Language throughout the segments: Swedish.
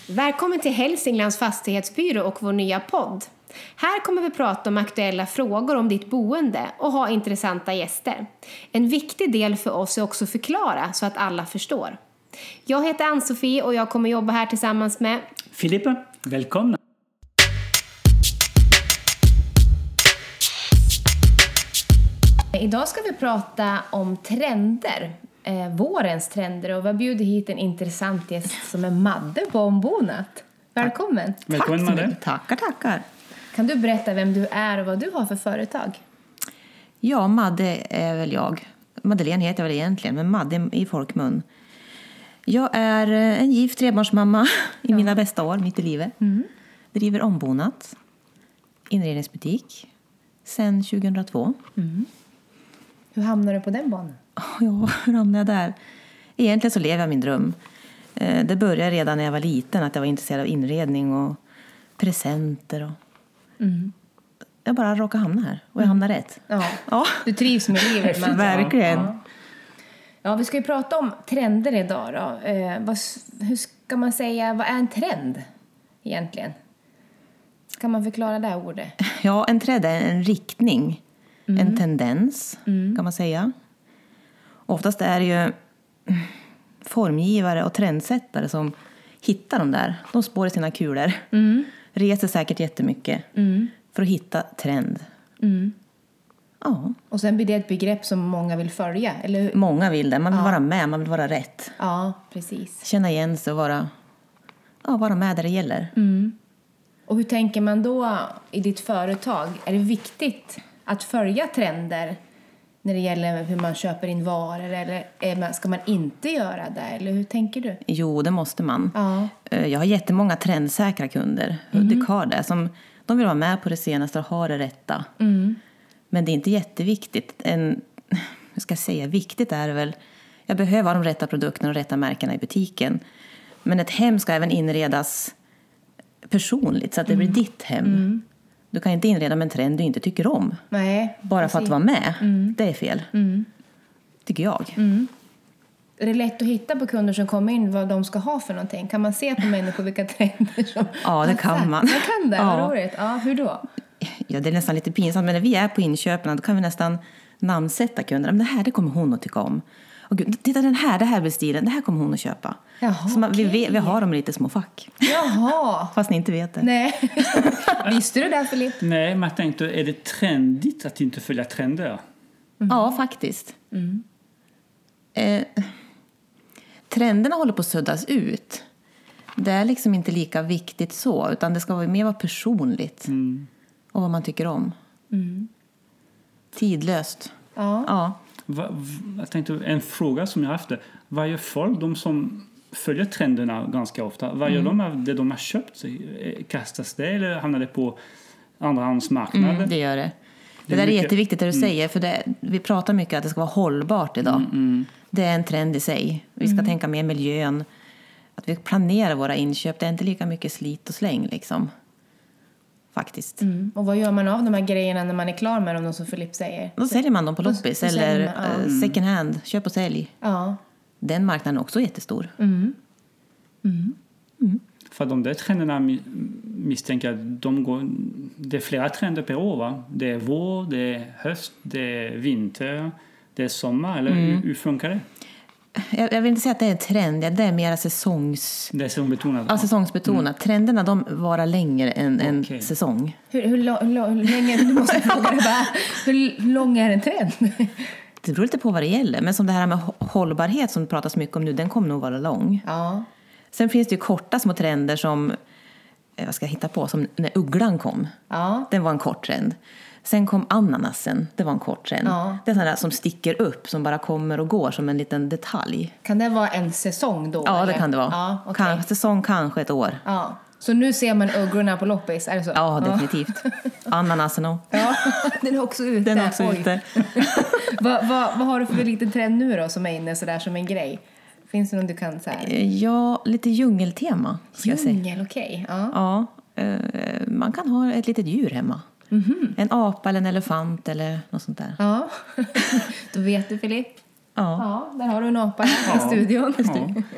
Välkommen till Hälsinglands fastighetsbyrå och vår nya podd. Här kommer vi prata om aktuella frågor om ditt boende och ha intressanta gäster. En viktig del för oss är också att förklara så att alla förstår. Jag heter Ann-Sofie och jag kommer jobba här tillsammans med Filippa. Välkomna! Idag ska vi prata om trender, vårens trender, och vi har bjudit hit en intressant gäst som är Madde på Ombonat. Välkommen! Välkommen Madde! Tackar. Kan du berätta vem du är och vad du har för företag? Ja, Madde är väl jag. Madeleine heter jag väl egentligen, men Madde i folkmun. Jag är en gift trebarnsmamma i mina bästa år, mitt i livet. Driver Ombonat, inredningsbutik, sedan 2002. Hur hamnar du på den banan? Ja, hur hamnade jag där? Egentligen så lever jag min dröm. Det började redan när jag var liten, att jag var intresserad av inredning och presenter. Och... Jag bara råkade hamna här och jag hamnade rätt. Ja. Du trivs med livet. Verkligen. Ja, vi ska ju prata om trender idag då. Hur ska man säga, vad är en trend egentligen? Kan man förklara det här ordet? Ja, en trend är en riktning. En tendens kan man säga. Oftast är det ju formgivare och trendsättare som hittar de där. De spår i sina kulor. Reser säkert jättemycket för att hitta trend. Ja. Och sen blir det ett begrepp som många vill följa, eller hur? Många vill det. Man vill vara med, man vill vara rätt. Ja, precis. Känna igen sig och vara med där det gäller. Och hur tänker man då i ditt företag? Är det viktigt att följa trender när det gäller hur man köper in varor, eller ska man inte göra det, eller hur tänker du? Jo, det måste man. Ja. Jag har jättemånga trendsäkra kunder. Hudikarder som de vill vara med på det senaste och ha det rätta. Men det är inte jätteviktigt. Viktigt är det väl, jag behöver ha de rätta produkterna och rätta märkena i butiken. Men ett hem ska även inredas personligt så att det blir ditt hem. Du kan inte inreda med en trend du inte tycker om. Nej, bara för att vara med. Det är fel. Tycker jag. Är det lätt att hitta på kunder som kommer in vad de ska ha för någonting? Kan man se på människor vilka trender som... Ja, det kan man. Man kan det, vad roligt. Ja, hur då? Ja, det är nästan lite pinsamt. Men när vi är på inköpen då kan vi nästan namnsätta kunderna. Men det kommer hon att tycka om. Och gud, titta det här blir stilen. Det här kommer hon att köpa. Jaha, så vi har dem i lite små fack. Jaha. Fast ni inte vet det. Nej. Visste du det, Filip? Nej, men jag tänkte, är det trendigt att inte följa trender? Ja, faktiskt. Trenderna håller på att suddas ut. Det är liksom inte lika viktigt så. Utan det ska mer vara personligt. Och vad man tycker om. Tidlöst. Ja. Jag tänkte, en fråga som jag haft är, vad gör folk, de som följer trenderna ganska ofta, vad gör de av det de har köpt sig? Kastas det eller hamnar det på andrahandsmarknaden? Det gör det. Det där är jätteviktigt det du säger, för vi pratar mycket att det ska vara hållbart idag. Det är en trend i sig. Vi ska tänka mer miljön, att vi planerar våra inköp. Det är inte lika mycket slit och släng liksom. Faktiskt. Och vad gör man av de här grejerna när man är klar med dem, de som Filip säger? Då säljer man dem på loppis eller second hand, köp och sälj. Ja. Den marknaden är också jättestor. För de där trenderna misstänker att det är flera trender per år, va? Det är vår, det är höst, det är vinter, det är sommar, eller hur funkar det? Jag vill inte säga att det är en trend, det är mer Det är säsongbetonat. Ja, säsongsbetonat. Trenderna de varar längre än en säsong. Hur länge, du måste fråga det bara. Hur lång är en trend? Det beror lite på vad det gäller. Men som det här med hållbarhet som det pratas mycket om nu, den kommer nog vara lång. Ja. Sen finns det ju korta små trender som, vad ska jag hitta på, som när ugglan kom. Ja. Den var en kort trend. Sen kom ananasen, det var en kort trend. Ja. Det är sådana där som sticker upp, som bara kommer och går som en liten detalj. Kan det vara en säsong då? Ja, eller? det kan det vara. Ja, okay. Säsong kanske ett år. Ja. Så nu ser man ugglorna på loppis, är det så? Ja, definitivt. Ananasen och. Ja, den är också ute. Den är också ute. Vad har du för liten trend nu då som är inne sådär som en grej? Finns det någon du kan så här? Ja, lite djungeltema. Djungel, okej. Okay. Ja. Man kan ha ett litet djur hemma. En apa eller en elefant eller något sånt där. Ja, då vet du Filip. Ja, där har du en apa här i studion. Ja.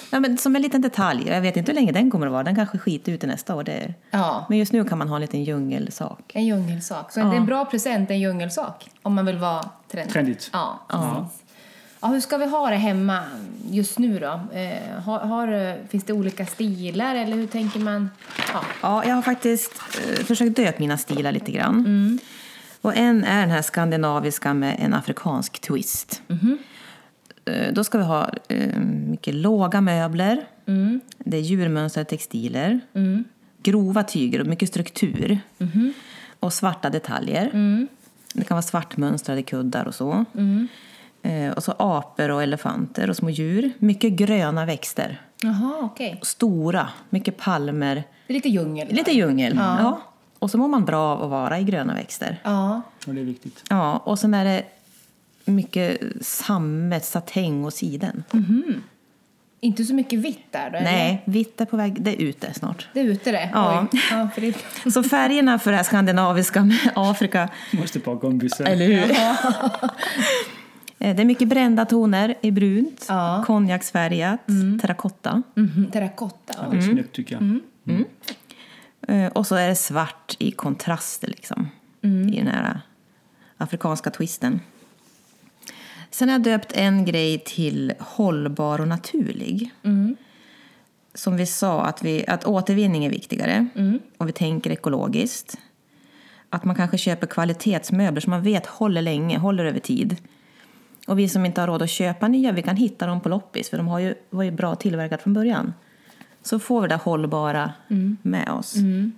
Ja, men som en liten detalj. Jag vet inte hur länge den kommer att vara. Den kanske skiter ut i nästa år. Ja. Men just nu kan man ha en liten djungelsak. En djungelsak. Så det är en bra present, en djungelsak. Om man vill vara trendigt. Ja. Ja, hur ska vi ha det hemma just nu då? Finns det olika stilar eller hur tänker man? Ja, jag har faktiskt försökt döpa mina stilar lite grann. Och en är den här skandinaviska med en afrikansk twist. Då ska vi ha mycket låga möbler. Det är djurmönstrade textiler. Grova tyger och mycket struktur. Och svarta detaljer. Det kan vara svartmönstrade kuddar och så. Och så apor och elefanter och små djur. Mycket gröna växter. Jaha, okej. Stora, mycket palmer. Det är lite djungel. Lite djungel, ja. Och så mår man bra av att vara i gröna växter. Ja. Och det är viktigt. Ja, och sen är det mycket sammet, satäng och siden. Inte så mycket vitt där då? Nej, vitt är på väg, det är ute snart. Det är ute det? Ja. Oj. Ja, för det... Så färgerna för det här skandinaviska med Afrika. Måste på kompisar. Eller hur? Det är mycket brända toner i brunt, konjaksfärgat, terrakotta. Terrakotta. Ja, det är snyggt tycker jag. Och så är det svart i kontraster liksom. I den här afrikanska twisten. Sen har jag döpt en grej till hållbar och naturlig. Som vi sa, att återvinning är viktigare. Och vi tänker ekologiskt. Att man kanske köper kvalitetsmöbler som man vet håller länge, håller över tid. Och vi som inte har råd att köpa nya, vi kan hitta dem på loppis. För de var ju bra tillverkat från början. Så får vi det hållbara med oss.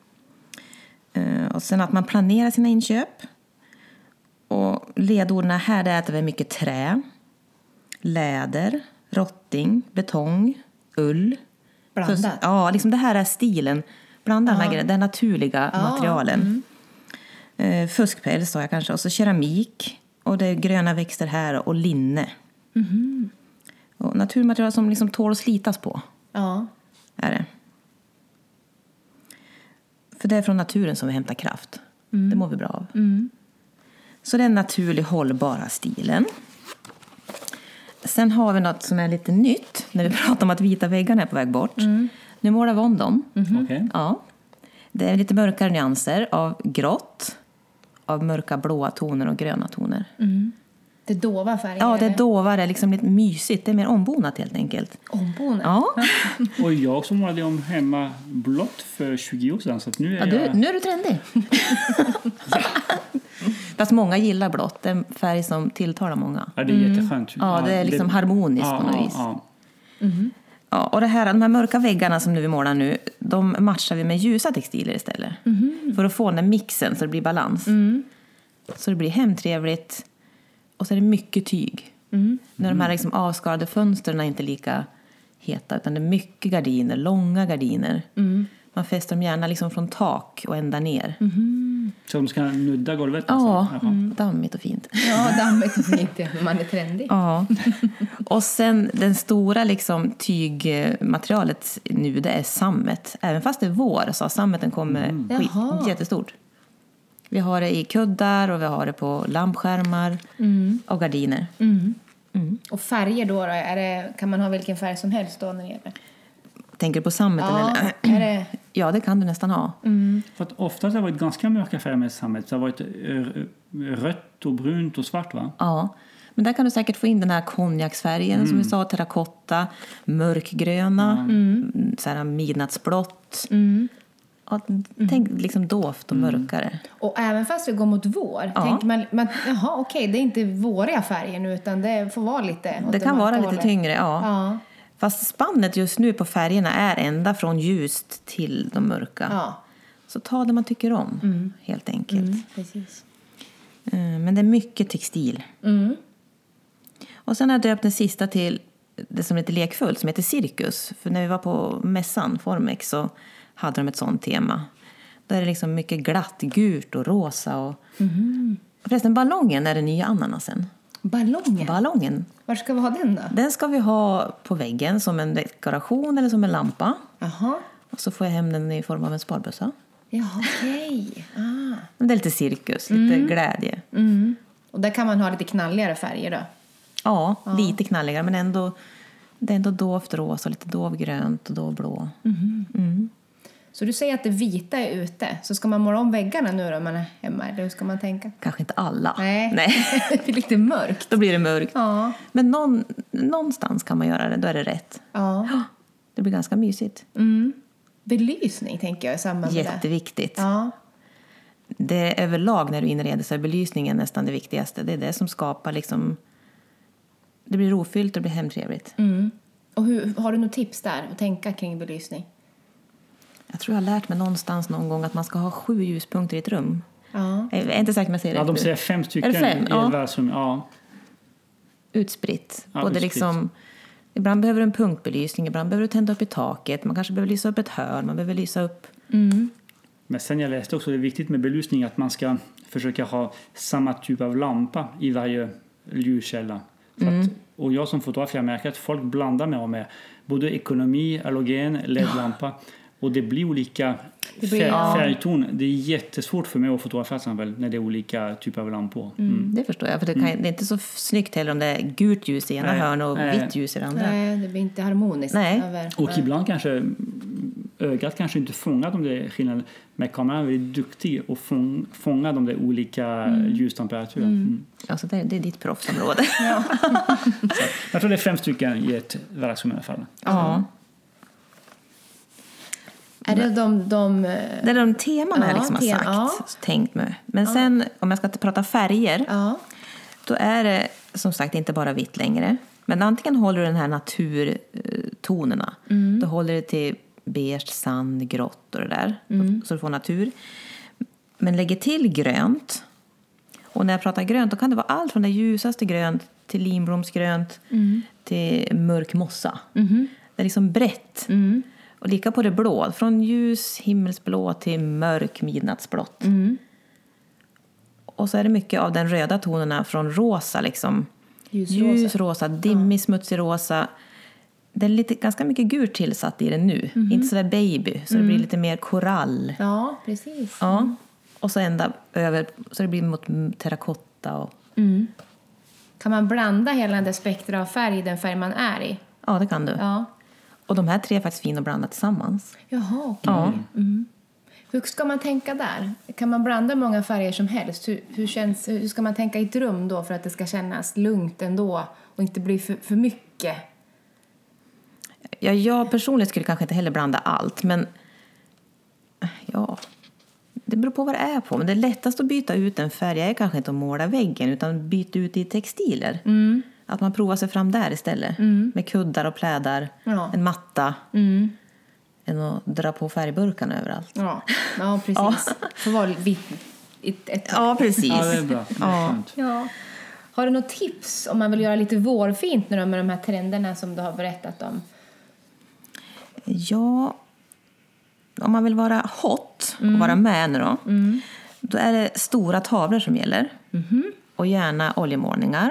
Och sen att man planerar sina inköp. Och ledorden här är att det är mycket trä, läder, rotting, betong, ull. Blandat? Ja, liksom det här är stilen. Blanda den naturliga materialen. Fuskpäls sa jag kanske. Och så keramik. Och det är gröna växter här och linne. Och naturmaterial som liksom tål att slitas på. Ja. Är det. För det är från naturen som vi hämtar kraft. Det mår vi bra av. Så det är den naturlig hållbara stilen. Sen har vi något som är lite nytt. När vi pratar om att vita väggarna är på väg bort. Nu målar vi om dem. Okay. Ja. Det är lite mörkare nyanser av grått. Av mörka blåa toner och gröna toner. Det är dova färger? Ja, det är dovare, liksom lite mysigt. Det är mer ombonat helt enkelt. Ombonat? Ja. Och jag som målade om hemma blått för 20 år sedan. Så att nu är nu är du trendig. Fast många gillar blått. Det är en färg som tilltalar många. Ja, det är jätteskönt. Ja, det är liksom harmoniskt på något vis. Ja, och de här mörka väggarna som vi målar nu, de matchar vi med ljusa textiler istället. För att få den där mixen så det blir balans. Så det blir hemtrevligt. Och så är det mycket tyg. När de här liksom avskalade fönstren är inte lika heta, utan det är mycket gardiner, långa gardiner. Man fäster dem gärna liksom från tak och ända ner. Så de ska nudda golvet? Ja, dammigt och fint. Ja, dammigt och fint. Man är trendig. Ja. Och sen den stora liksom tygmaterialet nu, det är sammet. Även fast det är vår så har sammeten kommit jättestort. Vi har det i kuddar och vi har det på lampskärmar och gardiner. Och färger då? Kan man ha vilken färg som helst då när det gäller? Tänker du på sammeten? Ja, eller? Ja, det kan du nästan ha. För att ofta har det varit ganska mörka färger med sammet. Det har varit rött och brunt och svart, va? Ja, men där kan du säkert få in den här konjaksfärgen som vi sa, terrakotta, mörkgröna, så här midnattsblått. Ja, tänk liksom doft och mörkare. Och även fast vi går mot vår, tänker man jaha, okej, det är inte våriga färger nu utan det får vara lite... Det kan vara lite tyngre, ja. Fast spannet just nu på färgerna är ända från ljust till de mörka. Ja. Så ta det man tycker om, helt enkelt. Precis. Men det är mycket textil. Och sen har jag döpt den sista till det som är lite lekfullt, som heter Cirkus. För när vi var på mässan, Formex, så hade de ett sånt tema. Där är det liksom mycket glatt, gult och rosa. Och förresten, ballongen är den nya ananasen. Ballongen. Var ska vi ha den då? Den ska vi ha på väggen som en dekoration eller som en lampa. Jaha. Och så får jag hem den i form av en sparbössa. Ja, okej. Men det är lite cirkus, lite glädje. Och där kan man ha lite knalligare färger då? Ja, lite knalligare men ändå Det är ändå dovt rosa, lite dovgrönt och dovblå. Så du säger att det vita är ute. Så ska man måla om väggarna nu då om man är hemma? Eller hur ska man tänka? Kanske inte alla. Nej. Det är lite mörkt. Då blir det mörkt. Ja. Men någonstans kan man göra det, då är det rätt. Ja. Det blir ganska mysigt. Belysning tänker jag i samband med det. Jätteviktigt. Ja. Det är överlag när du inreder så är belysningen nästan det viktigaste. Det är det som skapar liksom... Det blir rofyllt och det blir hemtrevligt. Och har du något tips där att tänka kring belysning? Jag tror jag har lärt mig någonstans någon gång att man ska ha 7 ljuspunkter i ett rum. Ja. Jag är inte säker om jag säger det. Ja, de säger 5 stycken Är det 5? i ett vardagsrum. Ja. Utspritt. Ja, Både utspritt. liksom... Ibland behöver du en punktbelysning, ibland behöver du tända upp i taket. Man kanske behöver lysa upp ett hörn, man behöver lysa upp... Men sen jag läste också att det är viktigt med belysning att man ska försöka ha samma typ av lampa i varje ljuskälla. För att, och jag som fotograf, jag märker att folk blandar med både ekonomi, halogen, LED-lampa. Och det blir olika färgton. Det är jättesvårt för mig att fotografera när det är olika typer av lampor. Det förstår jag, för det är inte så snyggt heller om det är gult ljus i ena hörn och vitt ljus i det andra. Nej, det blir inte harmoniskt. Nej. Och ibland kanske ögat kanske inte fångar de där skillnaderna. Men kameran är väldigt duktig och fånga de där olika ljustemperaturer. Alltså det är ditt proffsområde. Så jag tror det är 5 stycken i ett vardagsrum i alla fall. Ja. Är det Det är de teman jag liksom har sagt, tänkt med. Men sen, om jag ska prata färger, då är det som sagt inte bara vitt längre. Men antingen håller du den här naturtonerna. Då håller det till beige, sand, grått och det där. Så du får natur. Men lägger till grönt. Och när jag pratar grönt, då kan det vara allt från det ljusaste grönt till linblomsgrönt till mörk mossa. Det är liksom brett. Och lika på det blå. Från ljus himmelsblå till mörk midnattsblått. Och så är det mycket av den röda tonerna från rosa. Liksom. Ljusrosa, dimmig, smutsig rosa. Det är ganska mycket gult tillsatt i den nu. Inte så där baby. Så det blir lite mer korall. Ja, precis. Ja. Och så ända över. Så det blir mot terrakotta. Och... Kan man blanda hela den där spektra av färg i den färg man är i? Ja, det kan du. Ja. Och de här 3 är faktiskt fina att blanda tillsammans. Jaha, okej. Ja. Hur ska man tänka där? Kan man blanda många färger som helst? Hur ska man tänka i ett rum då för att det ska kännas lugnt ändå och inte bli för mycket? Ja, jag personligen skulle kanske inte heller blanda allt, men ja, det beror på vad det är på. Men det är lättast att byta ut en färg är kanske inte att måla väggen, utan byta ut i textiler. Att man provar sig fram där istället. Med kuddar och plädar, en matta. Än att dra på färgburkarna överallt. Ja, precis. För var Ja, precis. Ja, det är bra. Ja. Har du något tips om man vill göra lite vårfint nu med de här trenderna som du har berättat om? Ja, om man vill vara hot och vara med nu då är det stora tavlor som gäller. Och gärna oljemålningar.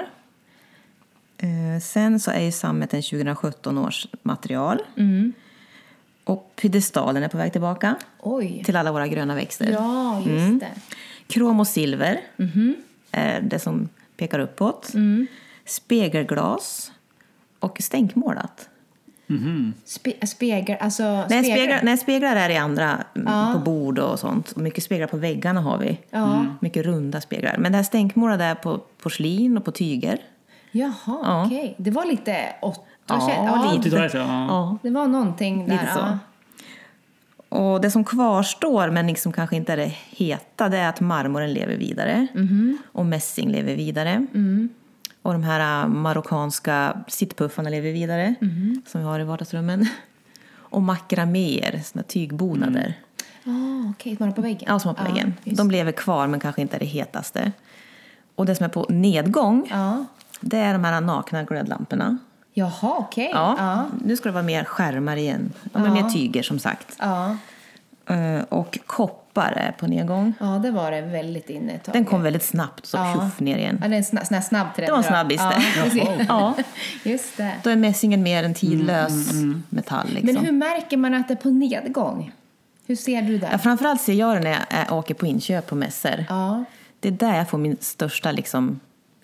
Sen så är ju sammeten 2017 års material. Och piedestalen är på väg tillbaka. Oj. Till alla våra gröna växter. Ja, just det. Krom och silver är det som pekar uppåt. Spegelglas och stänkmålat. Speglar, alltså speglar är i andra på bord och sånt. Och mycket speglar på väggarna har vi. Mycket runda speglar. Men det här stänkmålade är på porslin och på tyger. Jaha, okej. Det var lite lite. Det var någonting där. Lite så. Och det som kvarstår, men liksom kanske inte är det heta, det är att marmoren lever vidare. Och mässing lever vidare. Och de här marockanska sittpuffarna lever vidare. Som vi har i vardagsrummen. Och makraméer, såna tygbonader. Okej, som man har på väggen. Ja, som har på väggen. De lever kvar, men kanske inte är det hetaste. Och det som är på nedgång, det är de här nakna glödlamporna. Jaha, okej. Ja, nu ska det vara mer skärmar igen. Och mer tyger, som sagt. Och koppar är på nedgång. Ja, det var det väldigt inne ett tag. Den kom väldigt snabbt, så tjuff ner igen. Ja, det är en snabb trend. Det var en snabbis det. Ja, just det. Då är mässingen mer en tidlös metall. Liksom. Men hur märker man att det är på nedgång? Hur ser du det? Ja, framförallt ser jag det när jag åker på inköp på mässor. Ja. Det är där jag får min största liksom,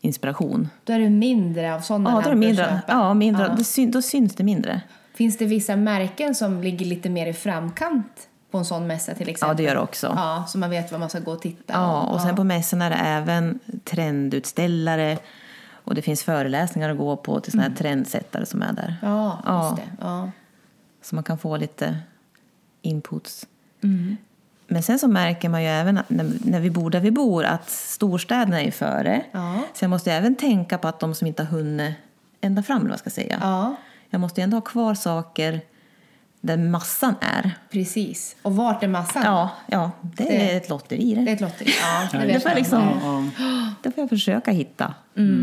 inspiration. Då är det mindre av sådana Ja, då är det mindre. köpa. Ja, mindre. Ja. Då syns det mindre. Finns det vissa märken som ligger lite mer i framkant på en sån mässa till exempel? Ja, det gör det också. Ja, så man vet vad man ska gå och titta. Ja, och sen på mässan är det även trendutställare. Och det finns föreläsningar att gå på till såna här trendsättare som är där. Ja, just det. Ja. Så man kan få lite inputs. Men sen så märker man ju även att när vi bor där vi bor att storstäderna är före. Ja. Så jag måste även tänka på att de som inte har hunnit ända fram, eller vad ska jag säga. Ja, Jag måste ju ändå ha kvar saker där massan är. precis. Och vart är massan? Ja, det är ett lotteri. Det är ett lotteri. Ja, det Det vet får jag, jag. liksom, Ja. det får jag försöka hitta.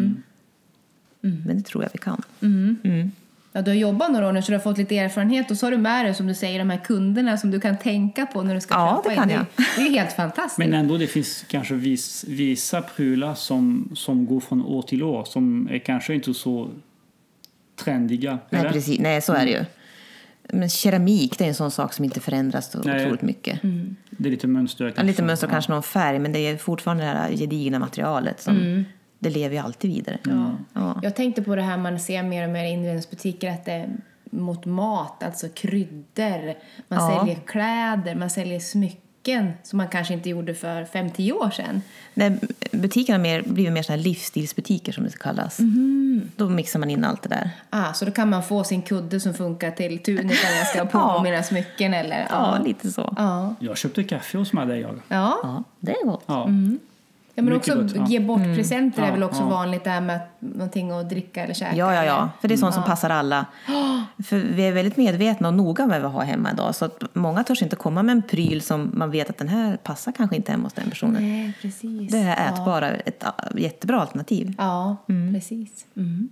Men det tror jag vi kan. Ja, du har jobbat några år nu så du har fått lite erfarenhet och så har du med dig, som du säger, de här kunderna som du kan tänka på när du ska Ja, köpa det kan in. jag. Det är helt fantastiskt. Men ändå det finns kanske vissa prylar som går från år till år som är kanske inte så trendiga. Nej, eller? precis. Nej, så är det ju. Men keramik, det är en sån sak som inte förändras så otroligt mycket. Det är lite mönster. Ja, lite mönster och kanske någon färg, men det är fortfarande det här gedigna materialet som det lever ju alltid vidare. Ja. Jag tänkte på det här man ser mer och mer i inredningsbutiker, att det är mot mat, alltså kryddor. Man säljer kläder, man säljer smycken som man kanske inte gjorde för 5-10 år sedan. När butikerna blir mer såna här livsstilsbutiker som det kallas. Då mixar man in allt det där. Så då kan man få sin kudde som funkar till tunikan jag ska ha på mina smycken eller... Ja, lite så. Ja. Jag köpte kaffe hos mig där jag. Ja, det är gott. Ja. Ja, men Mycket också gott, ge bort presenter är väl också ja. vanligt där med någonting att dricka eller käka. Ja. För det är sånt som passar alla. För vi är väldigt medvetna och noga med vad vi har hemma idag. Så att många törs inte komma med en pryl som man vet att den här passar kanske inte hemma hos den personen. Nej, precis. Det är ätbara, ett jättebra alternativ. Ja, precis.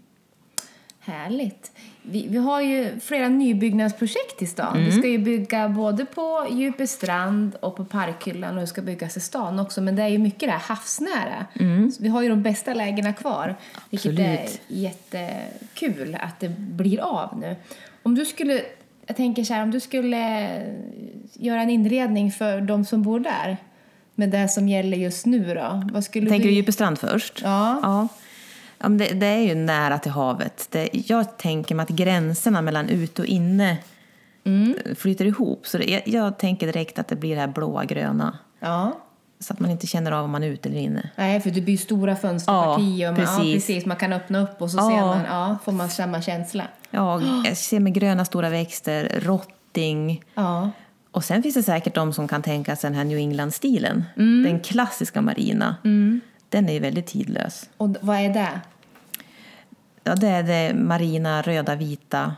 Härligt. Vi har ju flera nybyggnadsprojekt i stan. Vi ska ju bygga både på Djupestrand och på Parkhyllan, och det ska byggas i stan också. Men det är ju mycket det här havsnära. Så vi har ju de bästa lägena kvar. Vilket är jättekul att det blir av nu. Jag tänker så här, om du skulle göra en inredning för de som bor där med det som gäller just nu då. Vad skulle Tänker du Djupestrand först? Ja. Ja, men det är ju nära till havet. Jag tänker mig att gränserna mellan ut och inne flyter ihop. Så jag tänker direkt att det blir det här blåa gröna. Ja. Så att man inte känner av om man är ute eller inne. Nej, för det blir stora fönsterpartier. Ja, och precis. Man kan öppna upp och så ser man, får man samma känsla. Ja, jag ser med gröna stora växter, rotting. Ja. Och sen finns det säkert de som kan tänka sig den här New England-stilen. Den klassiska marina. Den är ju väldigt tidlös. Och vad är det? Ja, det är det marina, röda, vita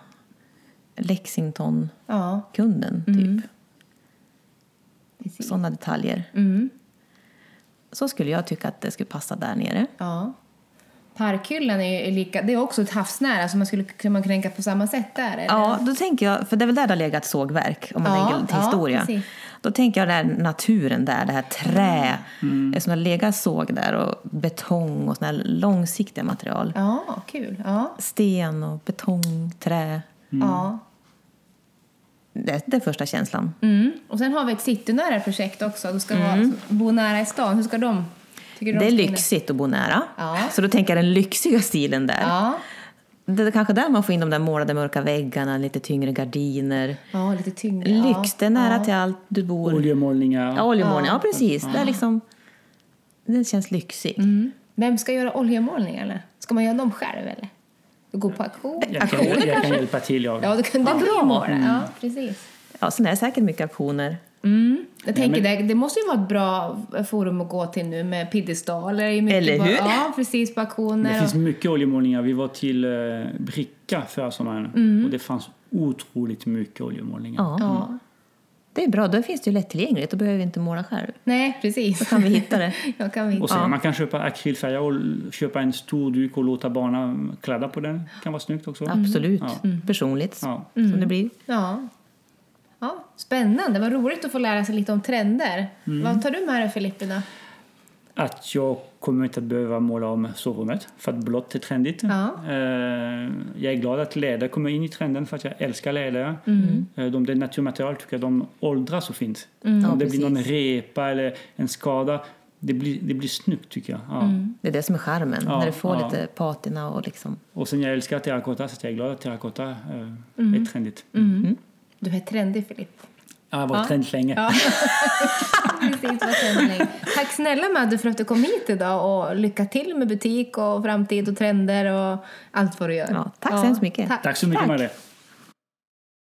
Lexington-kunden typ. Precis. Sådana detaljer. Så skulle jag tycka att det skulle passa där nere. Ja. Parkhyllan är lika, det är också ett havsnära, så man skulle kunna tänka på samma sätt där, eller? Ja, då tänker jag, för det är väl där det har legat sågverk, om man tänker till historia. Precis. Då tänker jag den naturen där, det här trä, som har legat såg där, och betong och såna här långsiktiga material. Ja, kul. Ja. Sten och betong, trä. Ja. Det är första känslan. Och sen har vi ett citynära projekt också. Du ska bo nära i stan. Hur ska de? Tycker du Det är ska lyxigt att bo nära. Ja. Så då tänker jag den lyxiga stilen där. Ja. Det är kanske där man får in de där målade mörka väggarna, lite tyngre gardiner. Ja, lite tyngre. Lyx, det är nära till allt du bor. Oljemålningar. Ja, oljemålningar. Ja, precis. Det är liksom, det känns lyxigt. Vem ska göra oljemålning, eller? Ska man göra dem själv, eller? Du går på auktion? Jag kan hjälpa till. Ja, du kan bra. Ja, precis. Ja, sen är det säkert mycket auktioner. Jag tänker det måste ju vara ett bra forum att gå till nu med piedestaler. Eller hur? Ja, precis, på auktioner. Det finns mycket oljemålningar. Vi var till Bricka förra sommaren. Och det fanns otroligt mycket oljemålningar. Ja. Det är bra, då finns det ju lättillgängligt. Då behöver vi inte måla själv. Nej, precis. Då kan vi hitta det. Och sen man kan köpa akrylfärger och köpa en stor duk och låta barnen kladda på den. Kan vara snyggt också. Absolut. Personligt. Som det blir. Ja. Ja, spännande. Vad roligt att få lära sig lite om trender. Vad tar du med dig, Filippa? Att jag kommer inte att behöva måla om sovrummet för att blått är trendigt. Ja. Jag är glad att läder kommer in i trenden för att jag älskar läder. Det naturmaterial tycker jag de åldras så fint. Om det blir någon repa eller en skada, det blir snyggt tycker jag. Ja. Det är det som är charmen, Ja, när det får ja. lite patina och liksom... Och sen jag älskar terrakotta, så jag är glad att terrakotta är trendigt. Du är trendig, Filip. Jag har varit trendigt länge. Ja. Precis, vad trendig. Tack snälla Madde för att du kom hit idag och lycka till med butik och framtid och trender och allt vad du gör. Ja, tack så hemskt mycket. Tack så mycket Madde.